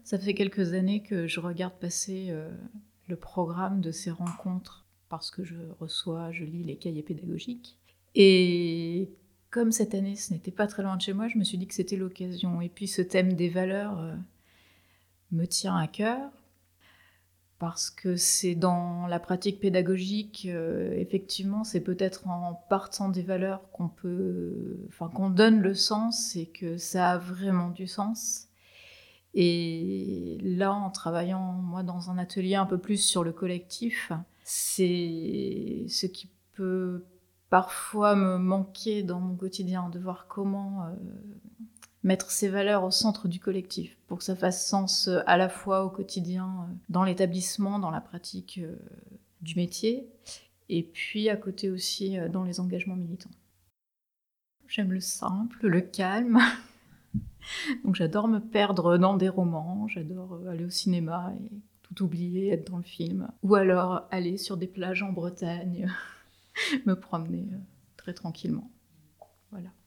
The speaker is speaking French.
Ça fait quelques années que je regarde passer, le programme de ces rencontres parce que je lis les cahiers pédagogiques et comme cette année, ce n'était pas très loin de chez moi, je me suis dit que c'était l'occasion et puis ce thème des valeurs, me tient à cœur parce que c'est dans la pratique pédagogique, effectivement, c'est peut-être en partant des valeurs qu'on donne le sens et que ça a vraiment du sens. Et là, en travaillant, moi, dans un atelier un peu plus sur le collectif, c'est ce qui peut parfois me manquer dans mon quotidien, de voir comment, mettre ces valeurs au centre du collectif pour que ça fasse sens, à la fois au quotidien, dans l'établissement, dans la pratique, du métier et puis à côté aussi, dans les engagements militants. J'aime le simple, le calme. Donc j'adore me perdre dans des romans, j'adore, aller au cinéma et tout oublier, être dans le film. Ou alors aller sur des plages en Bretagne, me promener, très tranquillement. Voilà.